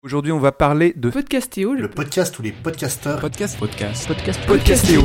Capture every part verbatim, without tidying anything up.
Aujourd'hui, on va parler de Podcastéo, le podcast où les podcasteurs podcast, podcast, podcast, Podcastéo.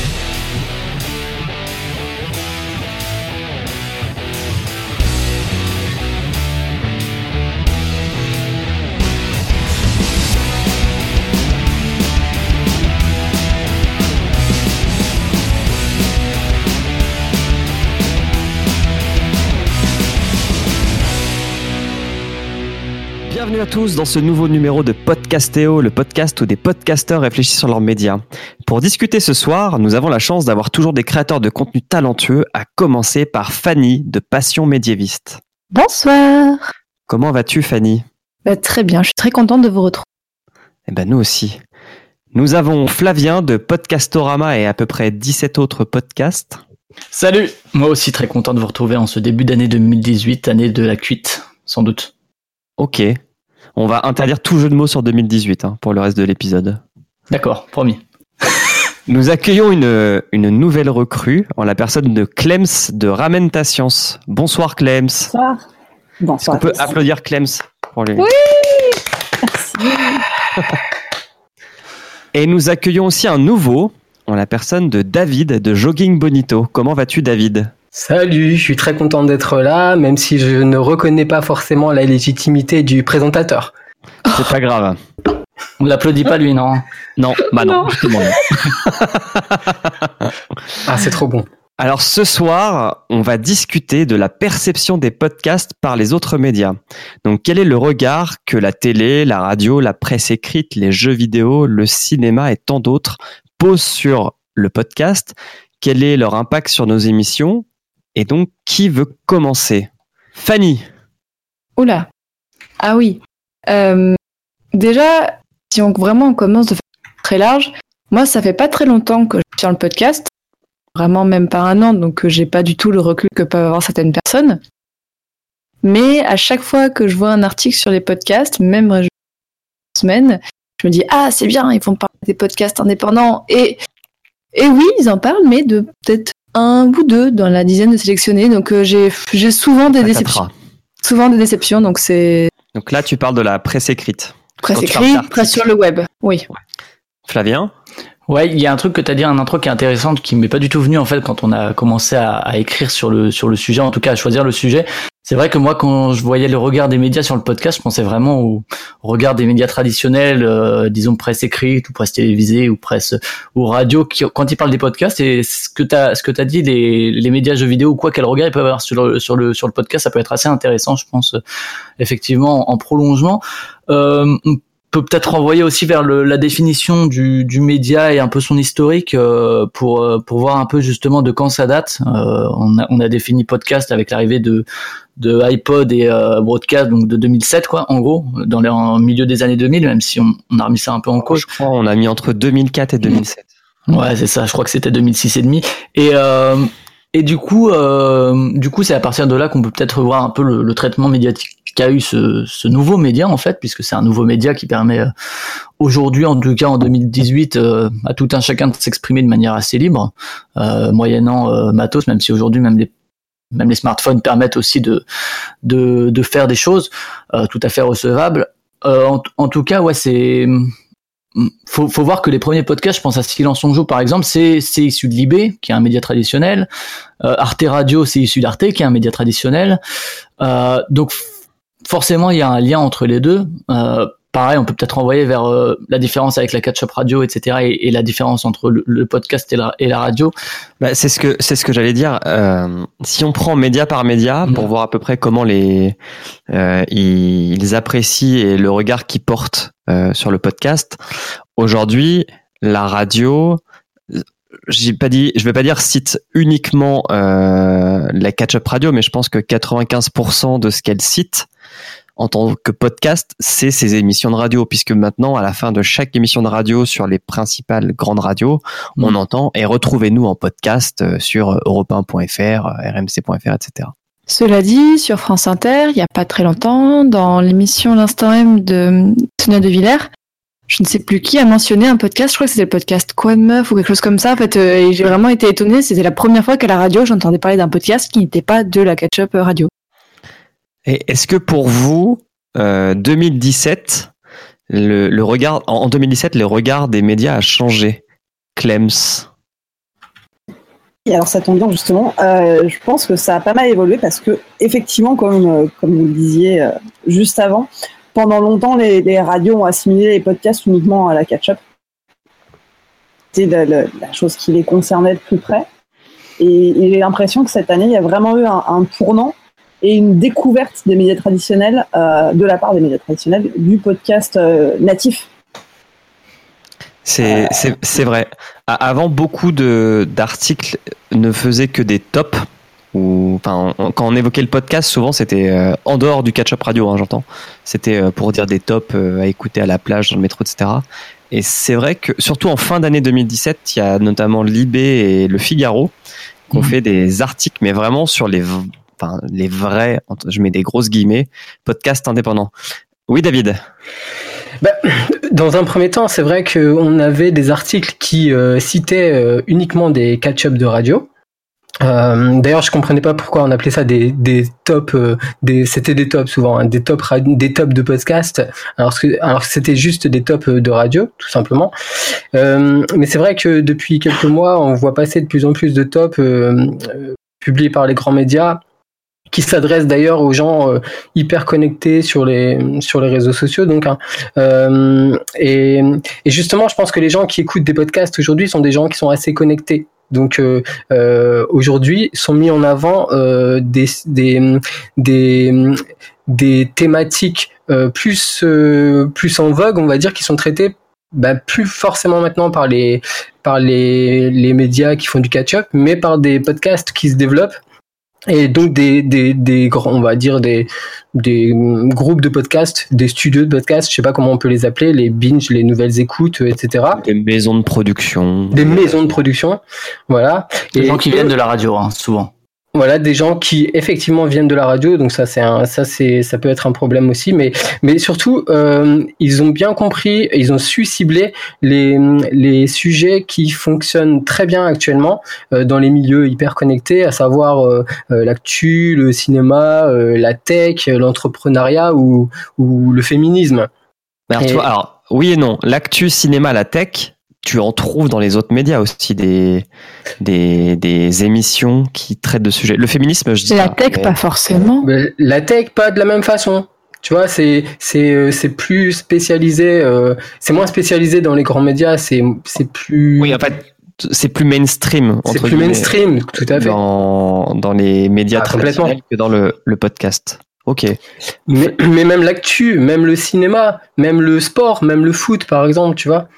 Bienvenue à tous dans ce nouveau numéro de Podcastéo, le podcast où des podcasteurs réfléchissent sur leurs médias. Pour discuter ce soir, nous avons la chance d'avoir toujours des créateurs de contenu talentueux, à commencer par Fanny de Passion Médiéviste. Bonsoir. Comment vas-tu, Fanny ? Bah, très bien, je suis très contente de vous retrouver. Eh ben nous aussi. Nous avons Flavien de Podcastorama et à peu près dix-sept autres podcasts. Salut, moi aussi très content de vous retrouver en ce début d'année deux mille dix-huit, année de la cuite, sans doute. Ok, on va interdire tout jeu de mots sur deux mille dix-huit hein, pour le reste de l'épisode. D'accord, promis. Nous accueillons une, une nouvelle recrue en la personne de Clems de Ramène ta science. Bonsoir Clems. Bonsoir. Bonsoir. Est-ce qu'on peut applaudir Clems pour lui ? Oui. Merci. Et nous accueillons aussi un nouveau en la personne de David de Jogging Bonito. Comment vas-tu, David ? Salut, je suis très content d'être là, même si je ne reconnais pas forcément la légitimité du présentateur. C'est pas grave. On l'applaudit pas lui, non ? Non, bah non, Non. justement. Ah, c'est trop bon. Alors ce soir, on va discuter de la perception des podcasts par les autres médias. Donc quel est le regard que la télé, la radio, la presse écrite, les jeux vidéo, le cinéma et tant d'autres posent sur le podcast ? Quel est leur impact sur nos émissions ? Et donc, qui veut commencer ? Fanny. Oula. Ah oui. Euh, déjà, si on vraiment on commence de façon très large, moi ça fait pas très longtemps que je suis sur le podcast, vraiment même pas un an, donc j'ai pas du tout le recul que peuvent avoir certaines personnes. Mais à chaque fois que je vois un article sur les podcasts, même une semaine, je me dis ah c'est bien, ils font parler des podcasts indépendants et et oui ils en parlent, mais de peut-être un ou deux dans la dizaine de sélectionnés, donc euh, j'ai j'ai souvent des déceptions, souvent des déceptions, donc c'est Donc là, tu parles de la presse écrite. presse Quand tu parles écrite, d'articles. presse sur le web, oui. Flavien ? Ouais, il y a un truc que t'as dit, un intro qui est intéressant, qui m'est pas du tout venu en fait quand on a commencé à, à écrire sur le sur le sujet, en tout cas à choisir le sujet. C'est vrai que moi, quand je voyais le regard des médias sur le podcast, je pensais vraiment au, au regard des médias traditionnels, euh, disons presse écrite ou presse télévisée ou presse ou radio, qui, quand ils parlent des podcasts. Et ce que t'as ce que t'as dit, les les médias jeux vidéo ou quoi, quel regard ils peuvent avoir sur le sur le sur le podcast, ça peut être assez intéressant, je pense, euh, effectivement en, en prolongement. Euh, on peut peut-être renvoyer aussi vers le, la définition du, du média et un peu son historique euh, pour pour voir un peu justement de quand ça date. Euh, on a on a défini podcast avec l'arrivée de de iPod et euh, broadcast, donc de deux mille sept quoi, en gros, dans le en milieu des années deux mille, même si on, on a remis ça un peu en cause. Je crois on a mis entre deux mille quatre et deux mille sept. Ouais, c'est ça. Je crois que c'était deux mille six et demi. Et euh, et du coup, euh, du coup, c'est à partir de là qu'on peut peut-être voir un peu le, le traitement médiatique qu'a eu ce, ce nouveau média en fait, puisque c'est un nouveau média qui permet euh, aujourd'hui, en tout cas en deux mille dix-huit, euh, à tout un chacun de s'exprimer de manière assez libre, euh, moyennant euh, matos, même si aujourd'hui même les même les smartphones permettent aussi de de de faire des choses euh, tout à fait recevables. Euh, en, en tout cas, ouais, c'est Faut, faut voir que les premiers podcasts, je pense à Silence on joue par exemple, c'est, c'est issu de Libé, qui est un média traditionnel. Euh, Arte Radio, c'est issu d'Arte, qui est un média traditionnel. Euh, donc f- forcément, il y a un lien entre les deux. Euh, pareil, on peut peut-être renvoyer vers euh, la différence avec la catch-up radio, et cetera, et, et la différence entre le, le podcast et la, et la radio. Bah, c'est ce que c'est ce que j'allais dire. Euh, si on prend média par média pour Mmh. voir à peu près comment les euh, ils, ils apprécient et le regard qu'ils portent euh, sur le podcast. Aujourd'hui, la radio, j'ai pas dit, je vais pas dire cite uniquement euh, la catch-up radio, mais je pense que quatre-vingt-quinze pour cent de ce qu'elle cite en tant que podcast, c'est ces émissions de radio, puisque maintenant, à la fin de chaque émission de radio sur les principales grandes radios, mmh. on entend et retrouvez-nous en podcast sur europe un point f r, r m c point f r, et cetera. Cela dit, sur France Inter, il n'y a pas très longtemps, dans l'émission L'Instant M de Sonia De Villers, je ne sais plus qui a mentionné un podcast, je crois que c'était le podcast Quoi de Meuf ou quelque chose comme ça, en fait, euh, et j'ai vraiment été étonnée, c'était la première fois qu'à la radio, j'entendais parler d'un podcast qui n'était pas de la catch-up radio. Et est-ce que pour vous, euh, deux mille dix-sept, le, le regard en deux mille dix-sept, le regard des médias a changé. Clems. Et alors ça tombe bien justement. Euh, je pense que ça a pas mal évolué parce que effectivement, comme euh, comme vous le disiez euh, juste avant, pendant longtemps les, les radios ont assimilé les podcasts uniquement à la catch-up. C'était la, la, la chose qui les concernait de plus près. Et, et j'ai l'impression que cette année, il y a vraiment eu un, un tournant et une découverte des médias traditionnels, euh, de la part des médias traditionnels, du podcast euh, natif. C'est, c'est, c'est vrai. Avant, beaucoup de, d'articles ne faisaient que des tops. Ou, enfin, on, quand on évoquait le podcast, souvent c'était euh, en dehors du catch-up radio, hein, j'entends. C'était euh, pour dire des tops euh, à écouter à la plage, dans le métro, et cetera. Et c'est vrai que, surtout en fin d'année deux mille dix-sept, il y a notamment Libé et Le Figaro qui ont mmh. fait des articles, mais vraiment sur les, enfin, les vrais, je mets des grosses guillemets, podcasts indépendants. Oui, David. Bah, dans un premier temps, c'est vrai qu'on avait des articles qui euh, citaient euh, uniquement des catch-up de radio. Euh, d'ailleurs, je comprenais pas pourquoi on appelait ça des des tops, euh, des c'était des tops souvent, hein, des tops des tops de podcast, alors que alors que c'était juste des tops de radio, tout simplement. Euh, mais c'est vrai que depuis quelques mois, on voit passer de plus en plus de tops euh, euh, publiés par les grands médias, qui s'adresse d'ailleurs aux gens euh, hyper connectés sur les sur les réseaux sociaux, donc hein. euh, et, et justement je pense que les gens qui écoutent des podcasts aujourd'hui sont des gens qui sont assez connectés, donc euh, euh, aujourd'hui sont mis en avant euh, des des des des thématiques euh, plus euh, plus en vogue, on va dire, qui sont traitées bah, plus forcément maintenant par les par les les médias qui font du catch-up, mais par des podcasts qui se développent. Et donc des des des grands, on va dire des des groupes de podcasts, des studios de podcasts, je sais pas comment on peut les appeler, les binge, les nouvelles écoutes, et cetera. Des maisons de production. Des maisons de production, voilà. Des gens qui viennent de la radio, hein, souvent. Voilà, des gens qui effectivement viennent de la radio, donc ça c'est un, ça c'est, ça peut être un problème aussi, mais mais surtout euh, ils ont bien compris, ils ont su cibler les les sujets qui fonctionnent très bien actuellement euh, dans les milieux hyper connectés, à savoir euh, euh, l'actu, le cinéma, euh, la tech, l'entrepreneuriat ou ou le féminisme. Alors, et... tu vois, alors oui et non, l'actu, cinéma, la tech. Tu en trouves dans les autres médias aussi des des des émissions qui traitent de sujets. Le féminisme, je dis la pas, tech mais... pas forcément. Mais la tech pas de la même façon. Tu vois, c'est c'est c'est plus spécialisé, euh, c'est moins spécialisé dans les grands médias, c'est c'est plus. Oui, en fait, c'est plus mainstream. C'est plus mainstream, tout à fait. Dans dans les médias ah, traditionnels que dans le le podcast. Ok. Mais mais même l'actu, même le cinéma, même le sport, même le foot, par exemple, tu vois.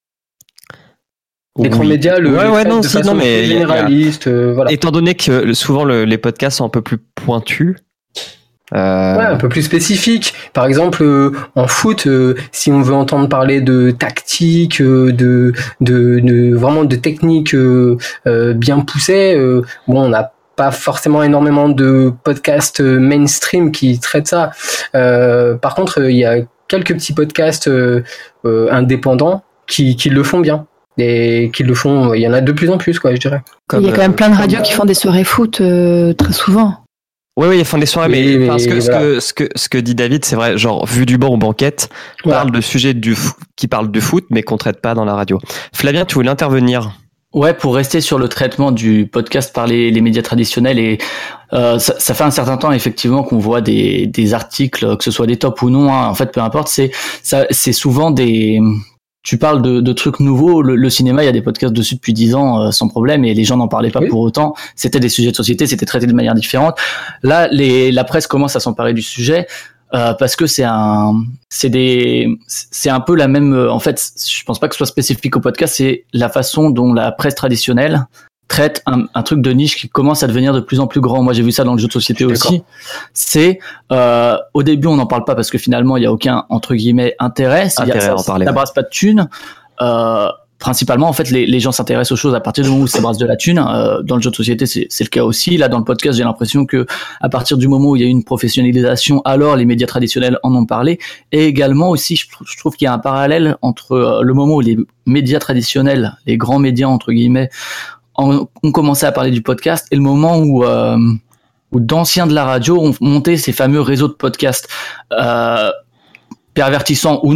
Les grands oui. médias, le, ouais, le ouais, non, de si, façon non, mais généraliste, a... euh, voilà. Étant donné que souvent le, les podcasts sont un peu plus pointus. Euh... Ouais, un peu plus spécifiques. Par exemple, euh, en foot, euh, si on veut entendre parler de tactique, euh, de, de, de vraiment de techniques euh, euh, bien poussées, euh, bon, on n'a pas forcément énormément de podcasts mainstream qui traitent ça. Euh, par contre, il y a quelques petits podcasts euh, euh, indépendants qui, qui le font bien. Et qui le font, il y en a de plus en plus, quoi, je dirais. Comme, il y a quand même plein de radios qui font des soirées foot euh, très souvent. Oui, oui, ils font des soirées, mais, mais, mais ce, que, voilà. ce, que, ce, que, ce que dit David, c'est vrai, genre, Vue du banc ou banquette, voilà. Parle de sujets du f... qui parlent du foot, mais qu'on traite pas dans la radio. Flavien, tu voulais intervenir? Ouais, pour rester sur le traitement du podcast par les, les médias traditionnels, et euh, ça, ça fait un certain temps effectivement qu'on voit des, des articles, que ce soit des tops ou non, hein, en fait, peu importe, c'est, ça, c'est souvent des... Tu parles de, de trucs nouveaux. Le, le cinéma, il y a des podcasts dessus depuis dix ans euh, sans problème, et les gens n'en parlaient pas oui. pour autant. C'était des sujets de société, c'était traité de manière différente. Là, les, la presse commence à s'emparer du sujet euh, parce que c'est un, c'est des, c'est un peu la même. En fait, je pense pas que ce soit spécifique au podcast. C'est la façon dont la presse traditionnelle traite un, un truc de niche qui commence à devenir de plus en plus grand. Moi, j'ai vu ça dans le jeu de société aussi. C'est euh, au début, on n'en parle pas parce que finalement, il y a aucun entre guillemets intérêt. Intérêt à en parler. Ça brasse pas de thunes. Euh, principalement, en fait, les, les gens s'intéressent aux choses à partir du moment où ça brasse de la thune. Euh, dans le jeu de société, c'est, c'est le cas aussi. Là, dans le podcast, j'ai l'impression que à partir du moment où il y a eu une professionnalisation, alors les médias traditionnels en ont parlé. Et également aussi, je, je trouve qu'il y a un parallèle entre euh, le moment où les médias traditionnels, les grands médias entre guillemets, on commençait à parler du podcast, et le moment où, euh, où d'anciens de la radio ont monté ces fameux réseaux de podcasts, euh, pervertissants ou non,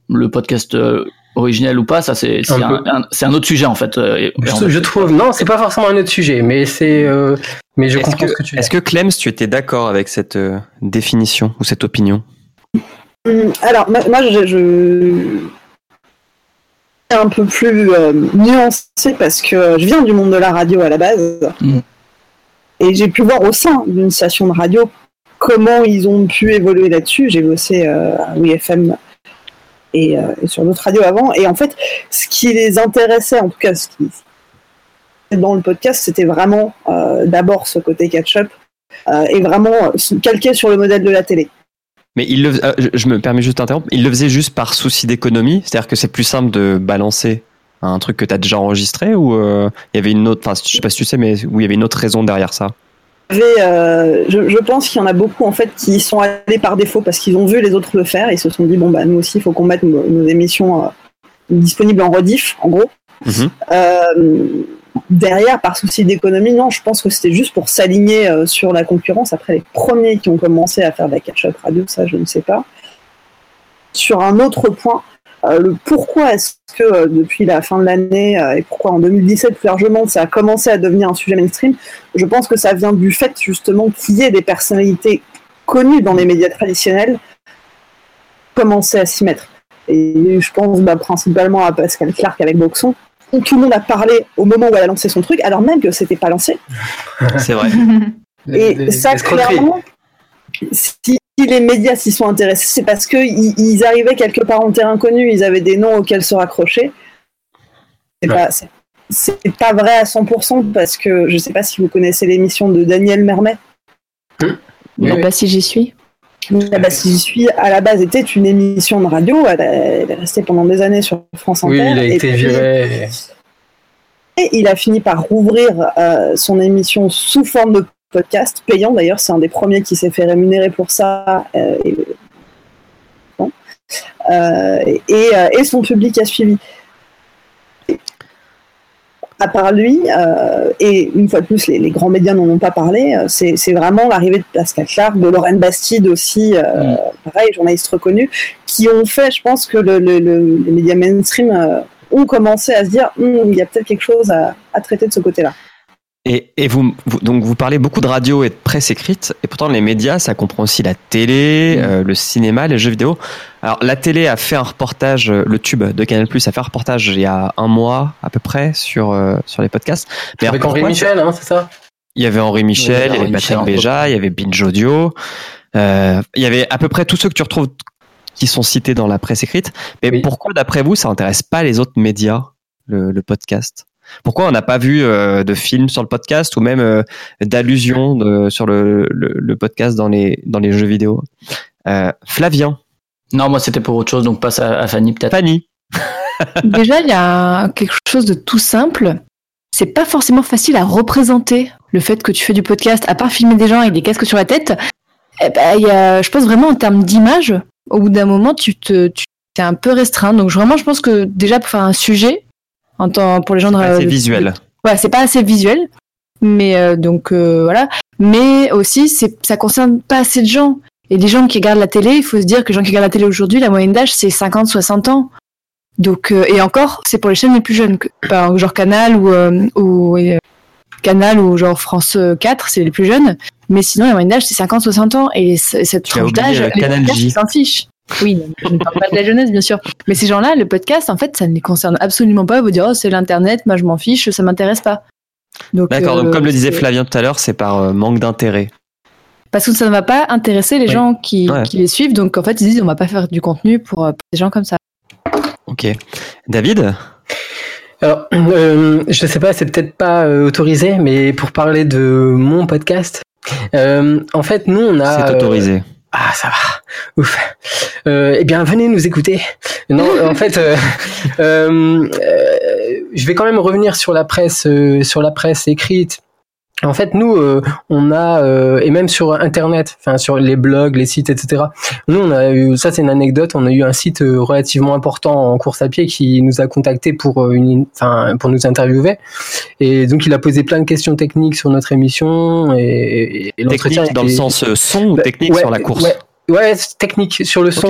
le podcast euh, originel ou pas, ça c'est c'est un, un, c'est un autre sujet en fait. Euh, je, je trouve non, c'est pas forcément un autre sujet, mais c'est euh, mais je est-ce comprends que, ce que tu dis. Est-ce que Clem, tu étais d'accord avec cette euh, définition ou cette opinion? Alors moi, je, je... un peu plus euh, nuancé parce que je viens du monde de la radio à la base mmh. et j'ai pu voir au sein d'une station de radio comment ils ont pu évoluer là-dessus. J'ai bossé euh, à W F M et, euh, et sur d'autres radios avant, et en fait ce qui les intéressait, en tout cas ce qui dans le podcast, c'était vraiment euh, d'abord ce côté catch-up euh, et vraiment calqué sur le modèle de la télé. Mais il le, euh, je, je me permets juste d'interrompre, il le faisait juste par souci d'économie, c'est-à-dire que c'est plus simple de balancer un truc que tu as déjà enregistré, ou euh, il y avait une autre, enfin je sais pas si tu sais, mais où il y avait une autre raison derrière ça? Euh, je, je pense qu'il y en a beaucoup en fait qui y sont allés par défaut parce qu'ils ont vu les autres le faire et ils se sont dit bon bah nous aussi il faut qu'on mette nos, nos émissions euh, disponibles en rediff en gros. Mm-hmm. Euh, derrière par souci d'économie, non, je pense que c'était juste pour s'aligner euh, sur la concurrence. Après les premiers qui ont commencé à faire de la catch-up radio, ça je ne sais pas. Sur un autre point, euh, le pourquoi est-ce que euh, depuis la fin de l'année euh, et pourquoi en deux mille dix-sept plus largement ça a commencé à devenir un sujet mainstream, je pense que ça vient du fait justement qu'il y ait des personnalités connues dans les médias traditionnels commencer à s'y mettre. Et je pense bah, principalement à Pascal Clark avec Boxon, où tout le monde a parlé au moment où elle a lancé son truc, alors même que c'était pas lancé. C'est vrai. Et les, ça, les clairement, si les médias s'y sont intéressés, c'est parce qu'ils ils arrivaient quelque part en terrain connu, ils avaient des noms auxquels se raccrocher. C'est, ouais. pas, c'est, c'est pas vrai à cent pour cent, parce que je sais pas si vous connaissez l'émission de Daniel Mermet. Mmh. Non, oui. Pas si j'y suis. Ah bah, si j'y suis, à la base, était une émission de radio. Elle, elle est restée pendant des années sur France Inter. Oui, il a été viré. Et il a fini par rouvrir euh, son émission sous forme de podcast, payant d'ailleurs. C'est un des premiers qui s'est fait rémunérer pour ça. Euh, et, bon. euh, et, et son public a suivi. À part lui, euh, et une fois de plus, les, les grands médias n'en ont pas parlé, c'est, c'est vraiment l'arrivée de Pascal Clark, de Lorraine Bastide aussi, euh, mmh. pareil, journaliste reconnu, qui ont fait, je pense, que le, le, le, les médias mainstream euh, ont commencé à se dire hm, il y a peut-être quelque chose à, à traiter de ce côté-là. Et, et vous, vous, donc vous parlez beaucoup de radio et de presse écrite, et pourtant les médias, ça comprend aussi la télé, mmh. euh, le cinéma, les jeux vidéo. Alors la télé a fait un reportage, le Tube de Canal+, a fait un reportage il y a un mois à peu près sur euh, sur les podcasts. Mais avec Henri Michel, hein, c'est ça? Il y avait Henri Michel, oui, il y avait Patrick Béja, il y avait Binge Audio, euh, il y avait à peu près tous ceux que tu retrouves qui sont cités dans la presse écrite. Mais oui. Pourquoi, d'après vous, ça intéresse pas les autres médias, le, le podcast? Pourquoi on n'a pas vu euh, de films sur le podcast ou même euh, d'allusions de, sur le, le, le podcast dans les, dans les jeux vidéo? euh, Flavien? Non, moi c'était pour autre chose, donc passe à, à Fanny peut-être. Fanny. Déjà, il y a quelque chose de tout simple. C'est pas forcément facile à représenter le fait que tu fais du podcast, à part filmer des gens avec des casques sur la tête. Eh ben, y a, je pense vraiment en termes d'image, au bout d'un moment, tu te, tu t'es un peu restreint. Donc vraiment, je pense que déjà pour faire un sujet, en temps, pour les gens c'est de, pas assez de, visuel. De, ouais, c'est pas assez visuel. Mais euh, donc euh, voilà. Mais aussi, c'est, ça concerne pas assez de gens. Et les gens qui regardent la télé, il faut se dire que les gens qui regardent la télé aujourd'hui, la moyenne d'âge, c'est cinquante soixante ans. Donc, euh, et encore, c'est pour les chaînes les plus jeunes, que, par, genre Canal ou, euh, ou euh, Canal ou genre France quatre, c'est les plus jeunes. Mais sinon, la moyenne d'âge, c'est cinquante soixante ans. Et c- cette tu tranche d'âge, les Canal J. s'en fichent. Oui, je ne parle pas de la jeunesse, bien sûr. Mais ces gens-là, le podcast, en fait, ça ne les concerne absolument pas. Ils vont dire, oh, c'est l'Internet, moi je m'en fiche, ça m'intéresse pas. Donc, D'accord, euh, donc comme le disait Flavien tout à l'heure, c'est par euh, manque d'intérêt. Parce que ça ne va pas intéresser les oui. gens qui, ouais. qui les suivent. Donc en fait, ils disent, on va pas faire du contenu pour, pour des gens comme ça. Ok. David ? Alors, euh, je sais pas, c'est peut-être pas euh, autorisé, mais pour parler de mon podcast, euh, en fait, nous, on a... C'est autorisé. Euh, ah, ça va. Ouf. Euh, eh bien, venez nous écouter. Non, en fait, euh, euh, euh, je vais quand même revenir sur la presse, euh, sur la presse écrite. En fait, nous, euh, on a euh, et même sur Internet, enfin sur les blogs, les sites, et cetera. Nous, on a eu, ça c'est une anecdote, on a eu un site euh, relativement important en course à pied qui nous a contacté pour une, enfin pour nous interviewer. Et donc, il a posé plein de questions techniques sur notre émission et, et l'entretien technique dans était... le sens son ou technique ouais, sur la course. Ouais, ouais, technique sur le son. Okay.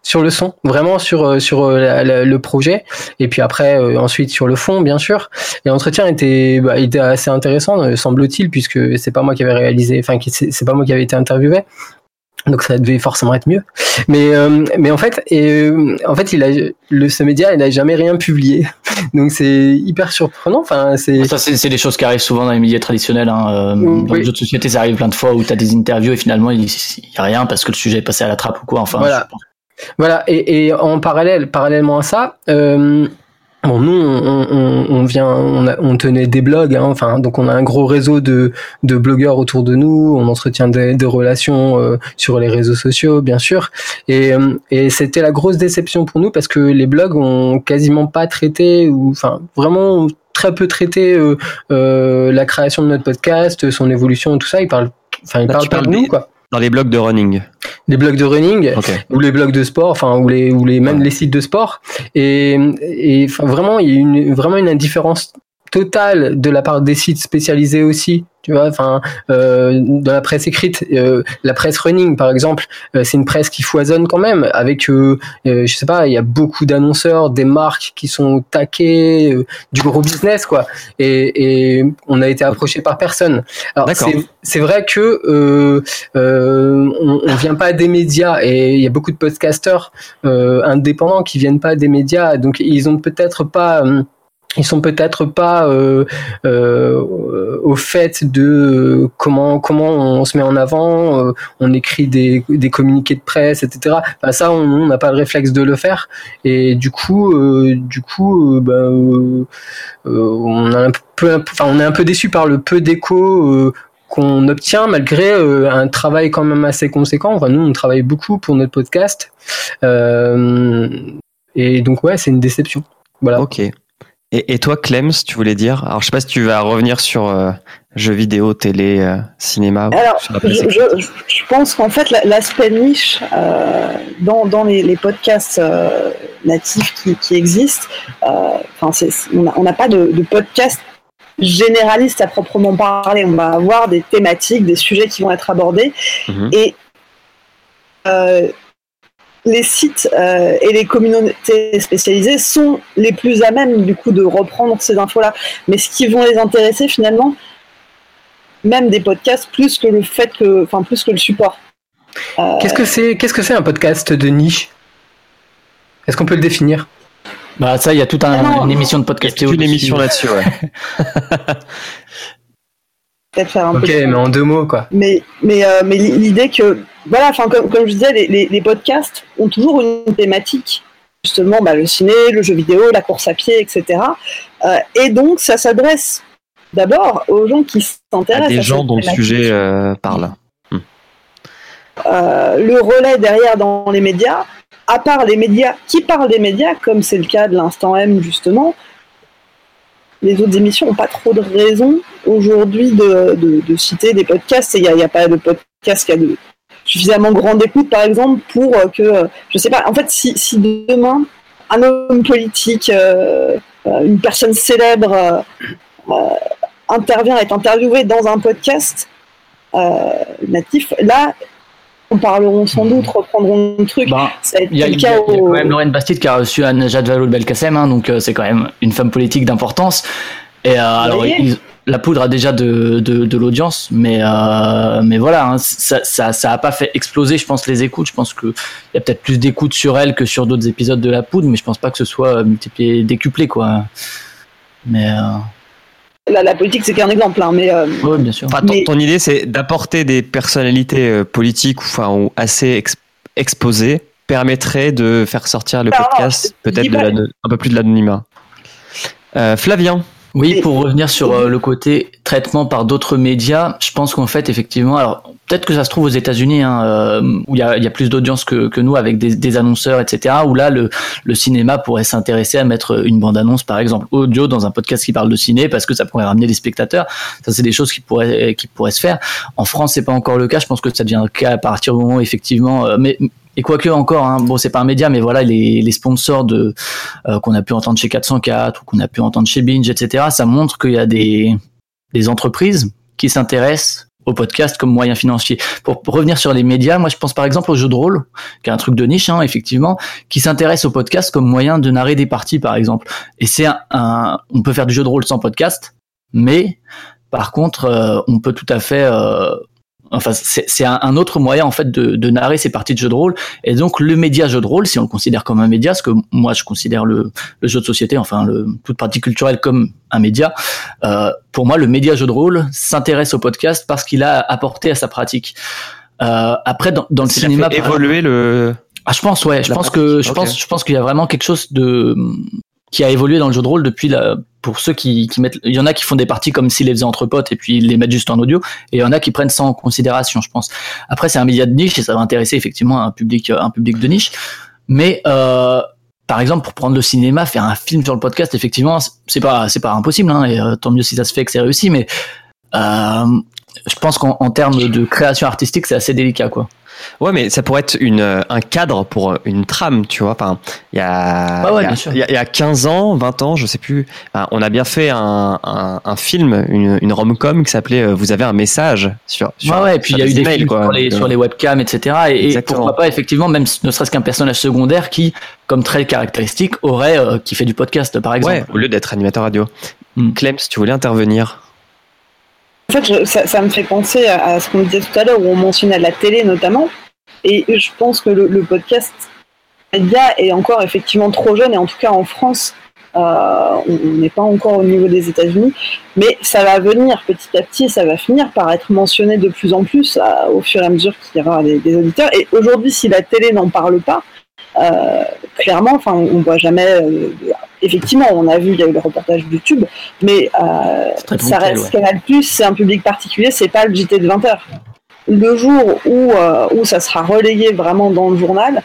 sur le son, vraiment sur sur la, la, le projet, et puis après euh, ensuite sur le fond, bien sûr. Et l'entretien était bah, était assez intéressant, euh, semble-t-il, puisque c'est pas moi qui avais réalisé, enfin c'est, c'est pas moi qui avait été interviewé. Donc ça devait forcément être mieux, mais euh, mais en fait et euh, en fait il a le ce média il a jamais rien publié, donc c'est hyper surprenant. Enfin c'est ça c'est, c'est des choses qui arrivent souvent dans les médias traditionnels. Hein. Euh, oui. Dans les autres sociétés ça arrive plein de fois où t'as des interviews et finalement il, il y a rien parce que le sujet est passé à la trappe ou quoi. Enfin voilà voilà et, et en parallèle parallèlement à ça. Euh, Bon, nous, on, on, on vient, on, a, on tenait des blogs, hein, enfin, donc on a un gros réseau de, de blogueurs autour de nous. On entretient des, des relations euh, sur les réseaux sociaux, bien sûr. Et, et c'était la grosse déception pour nous parce que les blogs ont quasiment pas traité, ou enfin, vraiment très peu traité euh, euh, la création de notre podcast, son évolution, tout ça. Ils parlent, enfin, ils Là, parlent pas de nous, des, quoi. Dans les blogs de running. Des blogs de running, okay. ou les blogs de sport, enfin ou les ou les même ouais. les sites de sport, et et enfin vraiment il y a une vraiment une indifférence totale de la part des sites spécialisés aussi, tu vois, enfin euh, dans la presse écrite, euh, la presse running par exemple, euh, c'est une presse qui foisonne quand même avec euh, euh, je sais pas, il y a beaucoup d'annonceurs, des marques qui sont au taquet, euh, du gros business quoi, et, et on a été approché par personne. Alors D'accord. c'est c'est vrai que euh, euh, on, on vient pas des médias et il y a beaucoup de podcasteurs euh, indépendants qui viennent pas des médias, donc ils ont peut-être pas euh, Ils sont peut-être pas euh, euh, au fait de comment comment on se met en avant, euh, on écrit des des communiqués de presse, et cetera. Enfin, ça, on n'a pas le réflexe de le faire, et du coup, euh, du coup, euh, bah, euh, on a un peu, enfin, on est un peu déçu par le peu d'écho euh, qu'on obtient malgré euh, un travail quand même assez conséquent. Enfin, nous, on travaille beaucoup pour notre podcast, euh, et donc ouais, c'est une déception. Voilà. Ok. Et, et toi, Clems, tu voulais dire, alors je sais pas si tu vas revenir sur euh, jeux vidéo, télé, euh, cinéma. Alors, je, je, je pense qu'en fait, l'aspect niche euh, dans, dans les, les podcasts euh, natifs qui, qui existent, euh, c'est, on n'a pas de, de podcast généraliste à proprement parler. On va avoir des thématiques, des sujets qui vont être abordés, mmh. et euh, les sites euh, et les communautés spécialisées sont les plus à même du coup de reprendre ces infos-là. Mais ce qui vont les intéresser finalement, même des podcasts, plus que le fait que, enfin plus que le support. Euh... Qu'est-ce que c'est, qu'est-ce que c'est un podcast de niche ? Est-ce qu'on peut le définir ? Bah ça, il y a toute un, ah une émission de podcast. Il y a toute une émission là-dessus, ouais. Peut-être faire un ok, peu mais en deux mots, quoi. Mais, mais, euh, mais l'idée que, voilà, enfin, comme, comme je disais, les, les, les podcasts ont toujours une thématique, justement, bah, le ciné, le jeu vidéo, la course à pied, et cetera. Euh, et donc, ça s'adresse d'abord aux gens qui s'intéressent à des gens dont le sujet euh, parle. Hum. Euh, le relais derrière dans les médias, à part les médias qui parlent des médias, comme c'est le cas de l'Instant M, justement, les autres émissions n'ont pas trop de raison aujourd'hui de, de, de citer des podcasts. Il n'y a, a pas de podcast qui a de suffisamment grande écoute, par exemple, pour que, je sais pas, en fait, si, si demain, un homme politique, euh, une personne célèbre euh, intervient, est interviewé dans un podcast euh, natif, là, on parleront sans doute, reprendront le truc. Ben, ça a été il y a, le cas il y a, il y a quand même Lorraine Bastide qui a reçu Najat Vallaud-Belkacem, hein, donc euh, c'est quand même une femme politique d'importance. Et euh, alors, il, la poudre a déjà de, de, de l'audience, mais euh, mais voilà, hein, ça, ça ça a pas fait exploser, je pense, les écoutes. Je pense que il y a peut-être plus d'écoutes sur elle que sur d'autres épisodes de la poudre, mais je pense pas que ce soit multiplié, décuplé, quoi. Mais euh... La, la politique, c'est qu'un exemple, hein, mais. Euh, oui, bien sûr. Enfin, ton, mais... ton idée, c'est d'apporter des personnalités euh, politiques, enfin, ou assez ex- exposées, permettrait de faire sortir le Alors, podcast non, peut-être de la, un peu plus de l'anonymat. Euh, Flavien. Oui, pour revenir sur euh, le côté traitement par d'autres médias, je pense qu'en fait, effectivement, alors peut-être que ça se trouve aux États-Unis, hein, euh, où il y a, y a plus d'audience que, que nous avec des, des annonceurs, et cetera. Où là, le, le cinéma pourrait s'intéresser à mettre une bande-annonce, par exemple, audio dans un podcast qui parle de ciné, parce que ça pourrait ramener des spectateurs. Ça, c'est des choses qui pourraient qui pourraient se faire. En France, c'est pas encore le cas. Je pense que ça devient le cas à partir du moment où effectivement, euh, mais et quoique encore, hein, bon, c'est pas un média, mais voilà, les, les sponsors de euh, qu'on a pu entendre chez quatre cent quatre ou qu'on a pu entendre chez Binge, et cetera. Ça montre qu'il y a des des entreprises qui s'intéressent au podcast comme moyen financier. Pour, pour revenir sur les médias, moi je pense par exemple au jeu de rôle, qui est un truc de niche, hein, effectivement, qui s'intéresse au podcast comme moyen de narrer des parties, par exemple. Et c'est un, un on peut faire du jeu de rôle sans podcast, mais par contre, euh, on peut tout à fait euh, Enfin, c'est, c'est un, un autre moyen en fait de, de narrer ces parties de jeux de rôle. Et donc le média jeu de rôle, si on le considère comme un média, ce que moi je considère le, le jeu de société, enfin le, toute partie culturelle comme un média. Euh, pour moi, le média jeu de rôle s'intéresse au podcast parce qu'il a apporté à sa pratique. Euh, après, dans, dans le Il cinéma, a fait évoluer le. Ah, je pense, ouais, je la pense pratique, que je ok. pense, je pense qu'il y a vraiment quelque chose de qui a évolué dans le jeu de rôle depuis la. Pour ceux qui, qui mettent, il y en a qui font des parties comme s'ils les faisaient entre potes et puis ils les mettent juste en audio, et il y en a qui prennent ça en considération, je pense. Après, c'est un média de niche et ça va intéresser effectivement un public, un public de niche. Mais euh, par exemple, pour prendre le cinéma, faire un film sur le podcast, effectivement, c'est pas, c'est pas impossible, hein, et euh, tant mieux si ça se fait que c'est réussi. Mais euh, je pense qu'en en termes de création artistique, c'est assez délicat, quoi. Ouais, mais ça pourrait être une, un cadre pour une trame, tu vois. Enfin, il y a, Ah ouais, il y a, bien sûr. il y a, il y a quinze ans, vingt ans, je sais plus. Enfin, on a bien fait un, un, un film, une, une rom-com qui s'appelait euh, Vous avez un message sur. sur Ouais, ouais, et puis il y a eu des emails, films quoi. sur les, sur les webcams, et cetera. Et, et Exactement. pourquoi pas, effectivement, même ne serait-ce qu'un personnage secondaire qui, comme trait caractéristique, aurait, euh, qui fait du podcast, par exemple. Ouais, au lieu d'être animateur radio. Hmm. Clem, si tu voulais intervenir. En fait, je, ça, ça me fait penser à, à ce qu'on disait tout à l'heure, où on mentionnait la télé notamment. Et je pense que le, le podcast média est encore effectivement trop jeune, et en tout cas en France, euh, on n'est pas encore au niveau des États-Unis, mais ça va venir petit à petit, ça va finir par être mentionné de plus en plus à, au fur et à mesure qu'il y aura des, des auditeurs. Et aujourd'hui, si la télé n'en parle pas, euh, clairement, enfin, on ne voit jamais. Euh, effectivement, on a vu, il y a eu le reportage YouTube, mais euh, très ça ponctuel, reste ouais. Canal plus, c'est un public particulier, c'est pas le J T de vingt heures. Le jour où, euh, où ça sera relayé vraiment dans le journal,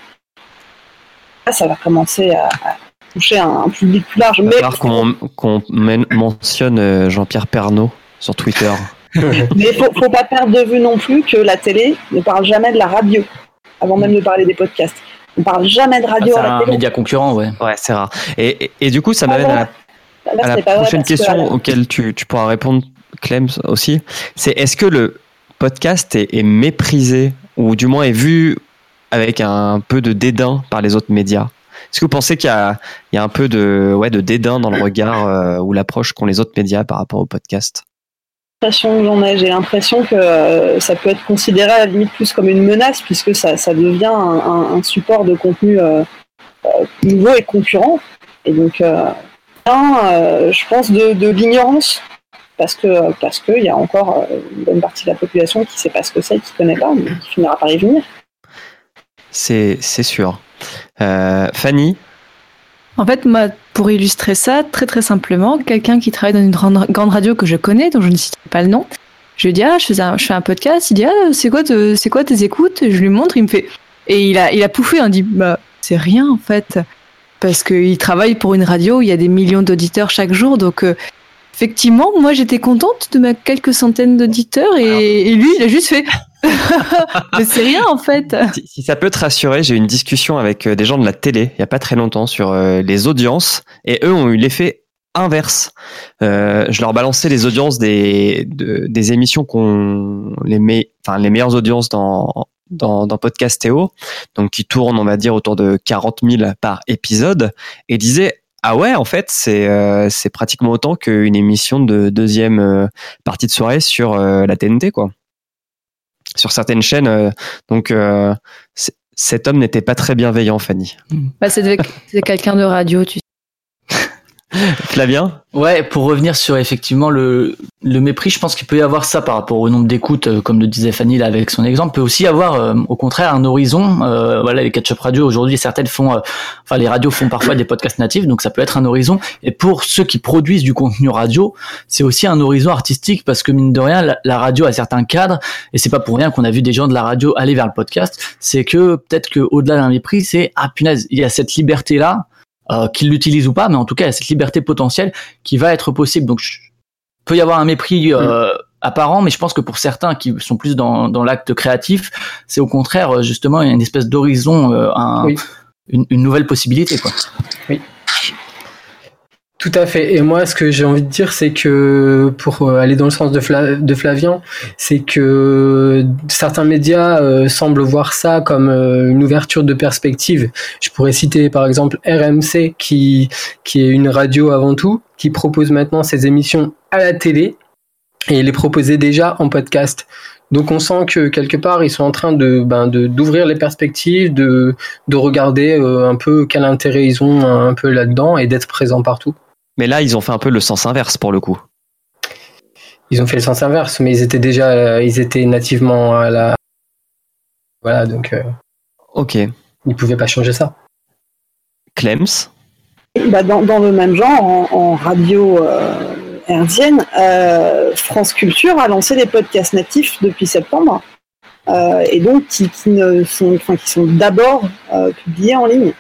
là, ça va commencer à, à toucher un, un public plus large. Il va Mais falloir qu'on, qu'on men- mentionne euh, Jean-Pierre Pernaut sur Twitter. il faut, faut pas perdre de vue non plus que la télé ne parle jamais de la radio, avant même de parler des podcasts. On parle jamais de Ah, radio c'est à la un télé. média concurrent, ouais. Ouais, c'est rare. Et, et, et du coup, ça Ah m'amène ouais. à la Là, à la c'est pas vrai prochaine parce que, question alors, auquel tu, tu pourras répondre, Clem, aussi. C'est est-ce que le podcast est, est méprisé, ou du moins est vu avec un peu de dédain par les autres médias? Est-ce que vous pensez qu'il y a, il y a un peu de, ouais, de dédain dans le regard euh, ou l'approche qu'ont les autres médias par rapport au podcast? l'impression que j'en ai, j'ai l'impression que euh, ça peut être considéré à la limite plus comme une menace, puisque ça, ça devient un, un, un support de contenu euh, euh, nouveau et concurrent. Et donc, euh, un, euh, je pense de, de l'ignorance, parce que parce que il y a encore euh, une bonne partie de la population qui ne sait pas ce que c'est, qui ne connaît pas, mais qui finira par y venir. C'est, c'est sûr. Euh, Fanny? En fait, moi, pour illustrer ça, très très simplement, quelqu'un qui travaille dans une grande, grande radio que je connais, dont je ne citerai pas le nom, je lui dis, ah, je, faisais un, je fais un podcast, il dit, ah, c'est quoi, te, c'est quoi tes écoutes? Je lui montre, il me fait, et il a, il a pouffé, il dit, bah, c'est rien en fait, parce qu'il travaille pour une radio, il y a des millions d'auditeurs chaque jour, donc euh, effectivement, moi j'étais contente de mes quelques centaines d'auditeurs, et, et lui, il a juste fait, mais c'est rien en fait. Si, si ça peut te rassurer, j'ai eu une discussion avec euh, des gens de la télé il y a pas très longtemps sur euh, les audiences, et eux ont eu l'effet inverse. Euh, je leur balançais les audiences des de, des émissions qu'on les met, enfin les meilleures audiences dans dans dans Podcastéo, donc qui tournent, on va dire, autour de quarante mille par épisode, et disaient ah ouais, en fait c'est euh, c'est pratiquement autant qu'une émission de deuxième euh, partie de soirée sur euh, la T N T, quoi. Sur certaines chaînes, euh, donc euh, cet homme n'était pas très bienveillant, Fanny. Bah, c'est, c'est quelqu'un de radio, tu sais. Flavien? Ouais, pour revenir sur effectivement le, le mépris, je pense qu'il peut y avoir ça par rapport au nombre d'écoutes, euh, comme le disait Fanny là avec son exemple. Peut aussi y avoir, euh, au contraire, un horizon. Euh, voilà, les catch-up radio aujourd'hui, certaines font, euh, enfin les radios font parfois des podcasts natifs, donc ça peut être un horizon. Et pour ceux qui produisent du contenu radio, c'est aussi un horizon artistique, parce que mine de rien, la, la radio a certains cadres, et c'est pas pour rien qu'on a vu des gens de la radio aller vers le podcast. C'est que peut-être que au-delà d'un mépris, c'est ah punaise, il y a cette liberté là. Euh, qu'ils l'utilisent ou pas, mais en tout cas, il y a cette liberté potentielle qui va être possible. Donc, il peut y avoir un mépris euh, mmh. apparent, mais je pense que pour certains qui sont plus dans, dans l'acte créatif, c'est au contraire, justement, une espèce d'horizon, euh, un, oui. une, une nouvelle possibilité, quoi. Oui. Tout à fait. Et moi, ce que j'ai envie de dire, c'est que pour aller dans le sens de, Fla- de Flavien, c'est que certains médias euh, semblent voir ça comme euh, une ouverture de perspective. Je pourrais citer par exemple R M C, qui qui est une radio avant tout, qui propose maintenant ses émissions à la télé et les proposait déjà en podcast. Donc on sent que quelque part ils sont en train de ben de d'ouvrir les perspectives, de de regarder euh, un peu quel intérêt ils ont un peu là-dedans et d'être présents partout. Mais là, ils ont fait un peu le sens inverse pour le coup. Ils ont fait le sens inverse, mais ils étaient déjà, euh, ils étaient nativement à la, voilà, donc. Euh, ok. Ils pouvaient pas changer ça. Clems. Bah dans, dans le même genre, en, en radio euh, hertzienne, euh, France Culture a lancé des podcasts natifs depuis septembre, euh, et donc qui, qui ne sont, enfin, qui sont d'abord euh, publiés en ligne.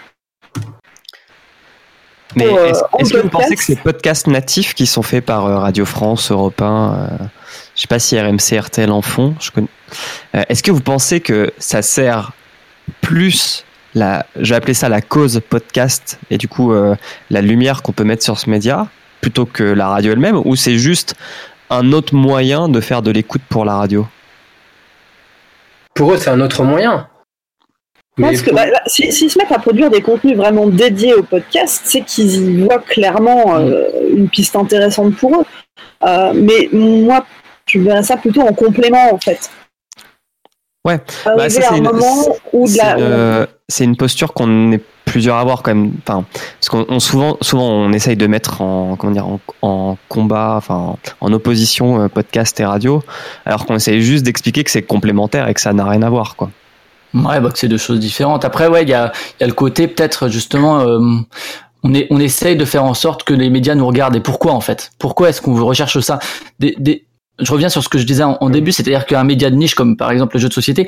Mais Pour, euh, est-ce, en est-ce que vous podcast, pensez que ces podcasts natifs qui sont faits par euh, Radio France, Europe un, euh, je sais pas si R M C, R T L en font, je connais, euh, est-ce que vous pensez que ça sert plus la, je vais appeler ça la cause podcast et du coup euh, la lumière qu'on peut mettre sur ce média plutôt que la radio elle-même, ou c'est juste un autre moyen de faire de l'écoute pour la radio? Pour eux, c'est un autre moyen. Je pense que bah, là, si, s'ils se mettent à produire des contenus vraiment dédiés au podcast, c'est qu'ils y voient clairement euh, une piste intéressante pour eux. Euh, mais moi, je verrais ça plutôt en complément, en fait. Ouais, bah, ça, c'est, un une, moment où c'est, la... une, c'est une posture qu'on est plusieurs à avoir quand même. Enfin, parce qu'on on, souvent, souvent, on essaye de mettre en, comment dire, en, en combat, enfin, en opposition euh, podcast et radio, alors qu'on essaye juste d'expliquer que c'est complémentaire et que ça n'a rien à voir, quoi. Ouais, bah que c'est deux choses différentes. Après, ouais, il y a, il y a le côté peut-être justement, euh, on est, on essaye de faire en sorte que les médias nous regardent. Et pourquoi en fait? Pourquoi est-ce qu'on recherche ça? Des, des, je reviens sur ce que je disais en, en début, c'est-à-dire qu'un média de niche comme par exemple les jeux de société,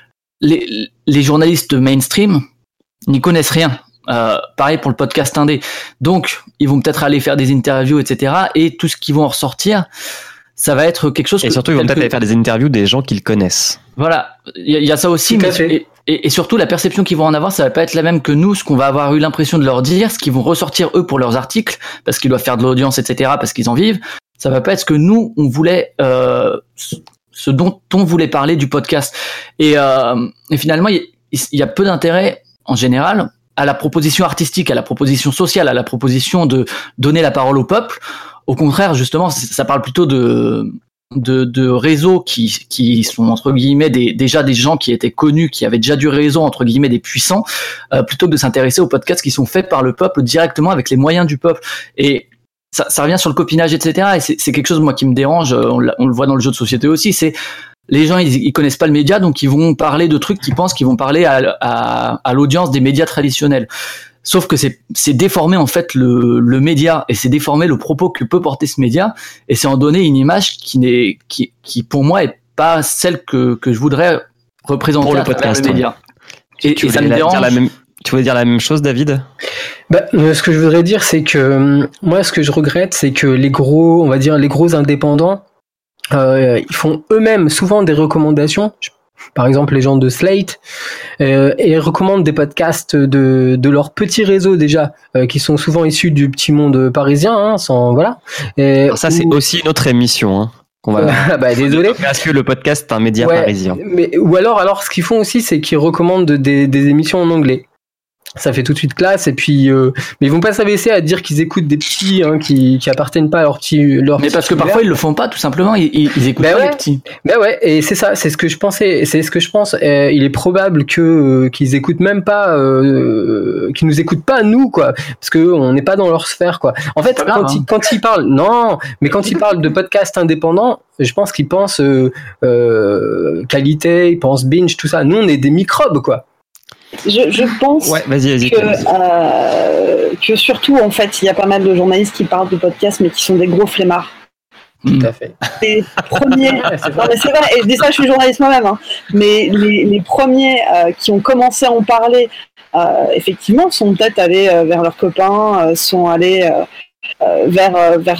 les, les journalistes mainstream n'y connaissent rien. Euh, pareil pour le podcast indé. Donc, ils vont peut-être aller faire des interviews, et cetera. Et tout ce qu'ils vont en ressortir, ça va être quelque chose. Et que, surtout, ils vont peut-être que... aller faire des interviews des gens qu'ils connaissent. Voilà, il y, y a ça aussi, mais et, et, et surtout la perception qu'ils vont en avoir, ça va pas être la même que nous, ce qu'on va avoir eu l'impression de leur dire, ce qu'ils vont ressortir eux pour leurs articles, parce qu'ils doivent faire de l'audience, et cetera, parce qu'ils en vivent. Ça va pas être ce que nous on voulait, euh, ce dont on voulait parler du podcast. Et, euh, et finalement, il y, y a peu d'intérêt en général à la proposition artistique, à la proposition sociale, à la proposition de donner la parole au peuple. Au contraire, justement, ça parle plutôt de de, de réseaux qui, qui sont entre guillemets des, déjà des gens qui étaient connus, qui avaient déjà du réseau, entre guillemets des puissants, euh, plutôt que de s'intéresser aux podcasts qui sont faits par le peuple directement avec les moyens du peuple. Et ça, ça revient sur le copinage, et cetera. Et c'est, c'est quelque chose moi qui me dérange. On, on le voit dans le jeu de société aussi. C'est les gens ils, ils connaissent pas le média, donc ils vont parler de trucs qu'ils pensent qu'ils vont parler à, à, à l'audience des médias traditionnels. Sauf que c'est, c'est déformer en fait le, le média et c'est déformer le propos que peut porter ce média et c'est en donner une image qui n'est, qui, qui pour moi est pas celle que, que je voudrais représenter pour le à podcast, le média. Ouais. Et, tu et ça me dérange. Dire la même, tu voulais dire la même chose, David? Bah, ce que je voudrais dire, c'est que moi, ce que je regrette, c'est que les gros, on va dire les gros indépendants, euh, ils font eux-mêmes souvent des recommandations. Par exemple, les gens de Slate, euh, et recommandent des podcasts de, de leur petit réseau déjà, euh, qui sont souvent issus du petit monde parisien, hein, sans voilà. Et, Alors ça, ou... c'est aussi une autre émission, hein, qu'on va. Euh, bah désolé. Parce que le podcast est un média ouais, parisien. Mais ou alors, alors, ce qu'ils font aussi, c'est qu'ils recommandent des, des émissions en anglais. Ça fait tout de suite classe et puis euh, mais ils vont pas s'abaisser à dire qu'ils écoutent des petits hein, qui qui appartiennent pas à leur petit leur mais petit parce que parfois ils le font pas tout simplement ils, ils écoutent bah pas ouais, les petits bah ouais et c'est ça c'est ce que je pensais c'est ce que je pense euh, il est probable que euh, qu'ils écoutent même pas euh, qu'ils nous écoutent pas nous quoi parce que on n'est pas dans leur sphère quoi en fait grave, quand hein. ils quand ils parlent non mais quand ils parlent de podcasts indépendants je pense qu'ils pensent euh, euh, qualité ils pensent binge tout ça nous on est des microbes quoi. Je, je pense ouais, vas-y, vas-y, que, euh, que surtout, en fait, il y a pas mal de journalistes qui parlent de podcasts, mais qui sont des gros flemmards. Tout à fait. Les premiers, non, mais c'est vrai, et je dis ça, je suis journaliste moi-même, hein, mais les, les premiers euh, qui ont commencé à en parler, euh, effectivement, sont peut-être allés euh, vers leurs copains, euh, sont allés euh, euh, vers, euh, vers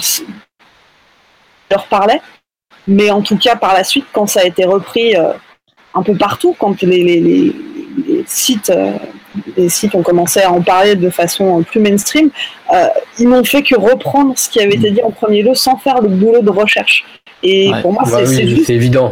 leur parlaient, mais en tout cas, par la suite, quand ça a été repris euh, un peu partout, quand les, les, les les sites euh, les sites ont commencé à en parler de façon plus mainstream, euh, ils n'ont fait que reprendre ce qui avait été dit en premier lieu sans faire le boulot de recherche. Et ouais. pour moi, bah c'est, oui, c'est juste c'est évident.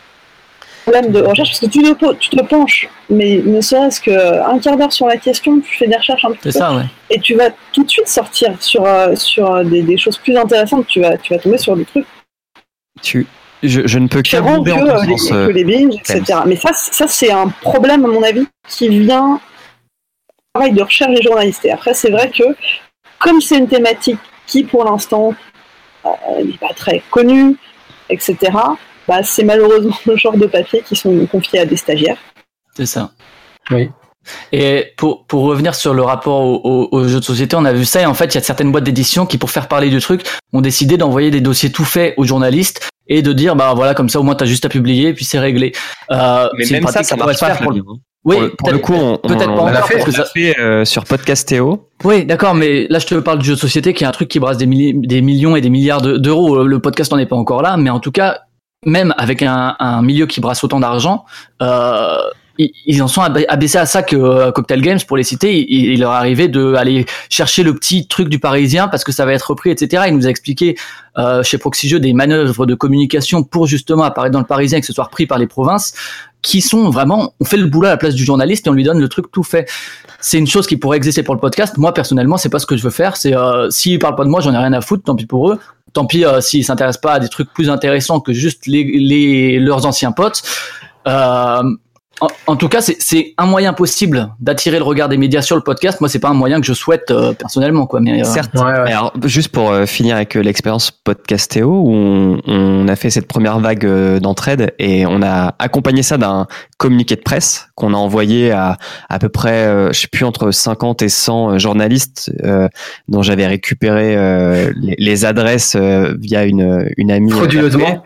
un problème de recherche parce que tu te, tu te penches, mais ne serait-ce qu'un quart d'heure sur la question, tu fais des recherches un petit C'est peu, ça, ouais. et tu vas tout de suite sortir sur, euh, sur des, des choses plus intéressantes. Tu vas, tu vas tomber sur des trucs Tu, je, je ne peux différents qu'abonder que, en euh, ton les, sens. que les binges, et cetera. Mais ça, ça, c'est un problème, à mon avis, qui vient du travail de recherche des journalistes. Et après, c'est vrai que, comme c'est une thématique qui, pour l'instant, euh, n'est pas très connue, et cetera, bah, c'est malheureusement le genre de papiers qui sont confiés à des stagiaires. C'est ça. Oui. Et pour, pour revenir sur le rapport aux au, au jeux de société, on a vu ça et en fait, il y a certaines boîtes d'édition qui, pour faire parler du truc, ont décidé d'envoyer des dossiers tout faits aux journalistes et de dire, bah voilà, comme ça au moins t'as juste à publier et puis c'est réglé. Euh, Mais c'est même une ça, pratique ça qui pourrait marche se pas. faire pour le... Flavien. Oui, pour le, pour le coup, on, on, peut-être on, pas on l'a encore fait, parce que on l'a ça... fait euh, sur Podcastéo. Oui, d'accord, mais là je te parle du jeu de société qui est un truc qui brasse des, milli- des millions et des milliards de, d'euros. Le podcast n'en est pas encore là, mais en tout cas, même avec un, un milieu qui brasse autant d'argent, euh, ils, ils en sont abaissés à ça que euh, Cocktail Games, pour les citer, il, il leur arrivait de aller chercher le petit truc du Parisien parce que ça va être repris, et cetera. Il nous a expliqué euh, chez Proxy Jeux des manœuvres de communication pour justement apparaître dans le Parisien et que ce soit repris par les provinces, qui sont vraiment, on fait le boulot à la place du journaliste et on lui donne le truc tout fait. C'est une chose qui pourrait exister pour le podcast. Moi, personnellement, c'est pas ce que je veux faire. C'est, euh, s'ils parlent pas de moi, j'en ai rien à foutre, tant pis pour eux. Tant pis euh, s'ils s'intéressent pas à des trucs plus intéressants que juste les, les leurs anciens potes. Euh, en, en tout cas, c'est, c'est un moyen possible d'attirer le regard des médias sur le podcast. Moi, c'est pas un moyen que je souhaite euh, personnellement, quoi. Mais euh... certes. Ouais, ouais. Alors, juste pour euh, finir avec euh, l'expérience Podcastéo, où on, on a fait cette première vague euh, d'entraide et on a accompagné ça d'un communiqué de presse qu'on a envoyé à à peu près, euh, je sais plus, entre cinquante et cent journalistes euh, dont j'avais récupéré euh, les, les adresses euh, via une une amie. Frauduleusement.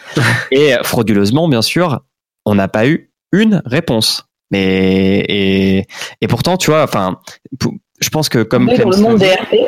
Et frauduleusement, bien sûr, on n'a pas eu une réponse. Mais et et pourtant, tu vois, enfin, je pense que comme Bienvenue dans le monde des R P.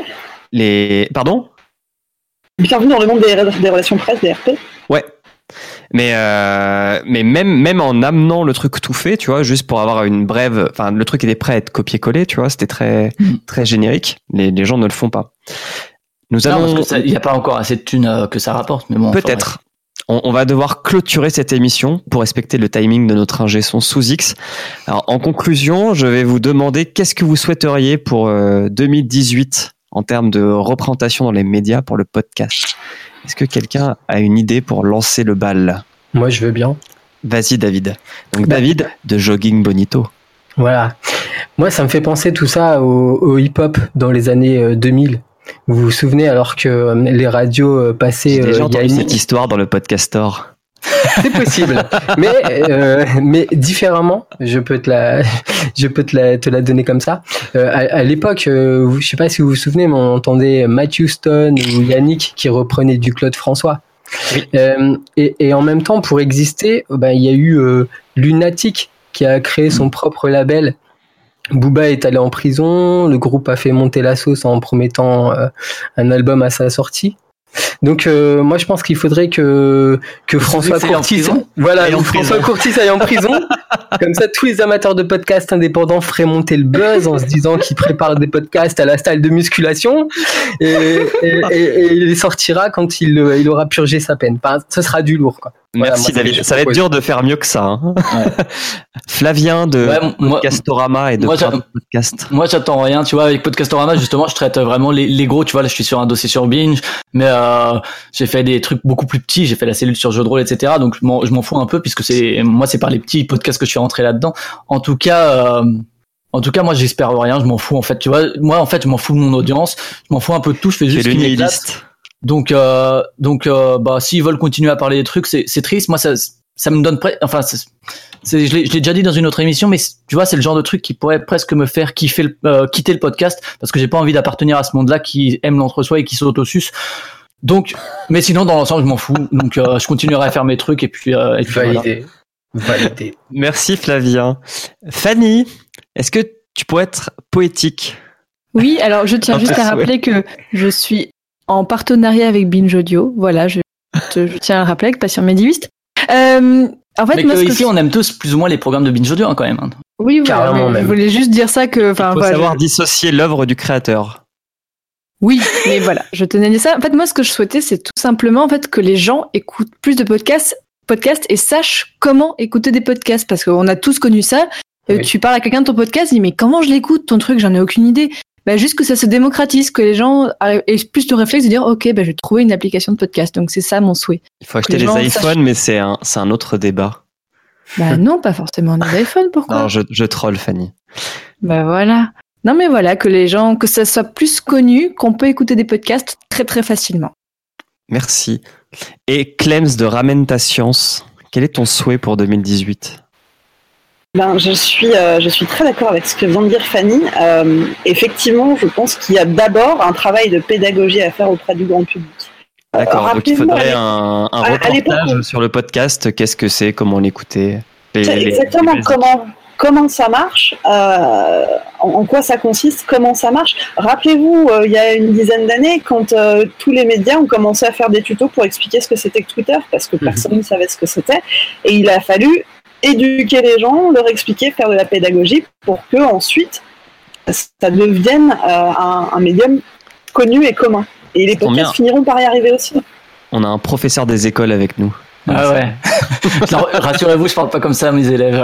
les pardon. Bienvenue dans le monde des, des relations presse, des R P. Ouais. Mais euh, mais même même en amenant le truc tout fait, tu vois, juste pour avoir une brève, enfin le truc était prêt à être copié-collé, tu vois, c'était très très générique. Les les gens ne le font pas. Nous non, allons. parce que il y a pas encore assez de thunes euh, que ça rapporte, mais bon. Peut-être. On, on va devoir clôturer cette émission pour respecter le timing de notre ingé son sous X. Alors en conclusion, je vais vous demander qu'est-ce que vous souhaiteriez pour euh, deux mille dix-huit en termes de représentation dans les médias pour le podcast. Est-ce que quelqu'un a une idée pour lancer le bal ? Moi, je veux bien. Vas-y, David. Donc, Bah, David de Jogging Bonito. Voilà. Moi, ça me fait penser tout ça au, au hip-hop dans les années deux mille. Vous vous souvenez, alors que les radios passaient... J'ai déjà euh, entendu il y a une... cette histoire dans le Podcastor. C'est possible, mais euh, mais différemment. Je peux te la, je peux te la, te la donner comme ça. Euh, à, à l'époque, euh, je sais pas si vous vous souvenez, mais on entendait Matthew Stone ou Yannick qui reprenaient du Claude François. Oui. Euh, et, et en même temps, pour exister, ben il y a eu euh, Lunatic qui a créé son propre label. Booba est allé en prison, le groupe a fait monter la sauce en promettant euh, un album à sa sortie. Donc euh, moi je pense qu'il faudrait que que François Courtis, voilà, que François Courtis aille en prison. Comme ça, tous les amateurs de podcasts indépendants feraient monter le buzz en se disant qu'ils préparent des podcasts à la salle de musculation, et, et, et, et il les sortira quand il, il aura purgé sa peine. Enfin, ce sera du lourd, quoi. Merci voilà, David. Ça va être dur de faire mieux que ça. Hein. Ouais. Flavien de ouais, moi, Podcastorama et de moi, Podcast. Moi, j'attends rien. Tu vois, avec Podcastorama, justement, je traite vraiment les, les gros. Tu vois, là, je suis sur un dossier sur Binge, mais euh, j'ai fait des trucs beaucoup plus petits. J'ai fait la cellule sur jeux de rôle, et cetera. Donc, je m'en, je m'en fous un peu puisque c'est moi, c'est par les petits podcasts que je suis rentré là-dedans. En tout cas. Euh, En tout cas, moi, j'espère rien. Je m'en fous, en fait. Tu vois, moi, en fait, je m'en fous de mon audience. Je m'en fous un peu de tout. Je fais juste ce qui m'éclate. Donc, euh, donc, euh, bah, s'ils veulent continuer à parler des trucs, c'est, c'est triste. Moi, ça, ça me donne presque, enfin, c'est, c'est, je l'ai, je l'ai déjà dit dans une autre émission, mais tu vois, c'est le genre de truc qui pourrait presque me faire kiffer, le, euh, quitter le podcast parce que j'ai pas envie d'appartenir à ce monde-là qui aime l'entre-soi et qui s'autosuce. Donc, mais sinon, dans l'ensemble, je m'en fous. Donc, euh, je continuerai à faire mes trucs et puis, euh, et puis Validé. Voilà. Validé. Merci, Flavien. Fanny, est-ce que tu pourrais être poétique? Oui, alors je tiens juste à rappeler que je suis en partenariat avec Binge Audio. Voilà, je, je, je tiens à rappeler avec Passion Médiéviste. Euh, en fait, mais moi, que ce ici, que on aime tous plus ou moins les programmes de Binge Audio, hein, quand même. Hein. Oui, voilà, Carrément mais même. je voulais juste dire ça que. Il Enfin, faut voilà, savoir je- dissocier l'œuvre du créateur. Oui, mais voilà, je tenais à dire ça. En fait, moi, ce que je souhaitais, c'est tout simplement en fait que les gens écoutent plus de podcasts, podcasts et sachent comment écouter des podcasts, parce qu'on a tous connu ça. Euh, Oui. Tu parles à quelqu'un de ton podcast, il dit mais comment je l'écoute ton truc, j'en ai aucune idée. Bah, juste que ça se démocratise, que les gens arrivent- aient plus le réflexe de dire ok, bah, je vais trouver une application de podcast. Donc c'est ça mon souhait. Il faut acheter les les gens iPhones, sachent- mais c'est un, c'est un autre débat. Bah non, pas forcément des iPhones, pourquoi Non, je, je troll, Fanny. Bah voilà. Non mais voilà, que les gens, que ça soit plus connu, qu'on peut écouter des podcasts très très facilement. Merci. Et Clems de Ramène ta science, quel est ton souhait pour deux mille dix-huit? Ben, je suis, euh, je suis très d'accord avec ce que vient de dire Fanny. Euh, effectivement, je pense qu'il y a d'abord un travail de pédagogie à faire auprès du grand public. Euh, D'accord, donc il rappelez-vous, faudrait à un, un à- à l'époque, reportage on- sur le podcast. Qu'est-ce que c'est, comment l'écouter les- C'est les- exactement les basiques. comment comment ça marche, euh, en, en quoi ça consiste, comment ça marche. Rappelez-vous, euh, il y a une dizaine d'années, quand euh, tous les médias ont commencé à faire des tutos pour expliquer ce que c'était que Twitter, parce que personne ne savait ce que c'était, et il a fallu éduquer les gens, leur expliquer, faire de la pédagogie, pour que ensuite ça devienne euh, un, un médium connu et commun. Et les Ça tombe podcasts bien. finiront par y arriver aussi. On a un professeur des écoles avec nous. Ah ouais. Non, rassurez-vous, je parle pas comme ça à mes élèves.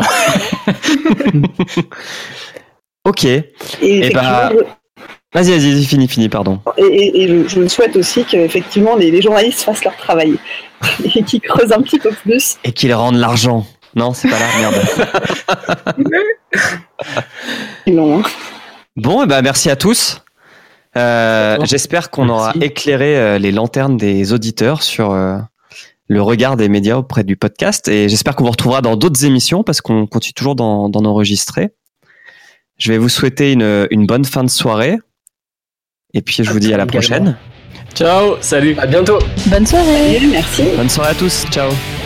Ok. Et effectivement, bah, je- Vas-y, vas-y, vas-y, fini, fini, pardon. Et, et, et je, je souhaite aussi que effectivement les, les journalistes fassent leur travail et qu'ils creusent un petit peu plus. Et qu'ils rendent l'argent. Non, c'est pas là, merde. Non, hein. Bon, et ben merci à tous. Euh, Bon, j'espère qu'on aura merci. éclairé euh, les lanternes des auditeurs sur euh, le regard des médias auprès du podcast. Et j'espère qu'on vous retrouvera dans d'autres émissions parce qu'on continue toujours d'en, d'en enregistrer. Je vais vous souhaiter une, une bonne fin de soirée. Et puis je vous dis à la Également. prochaine. Ciao, salut. À bientôt. Bonne soirée. Salut, merci. Bonne soirée à tous. Ciao.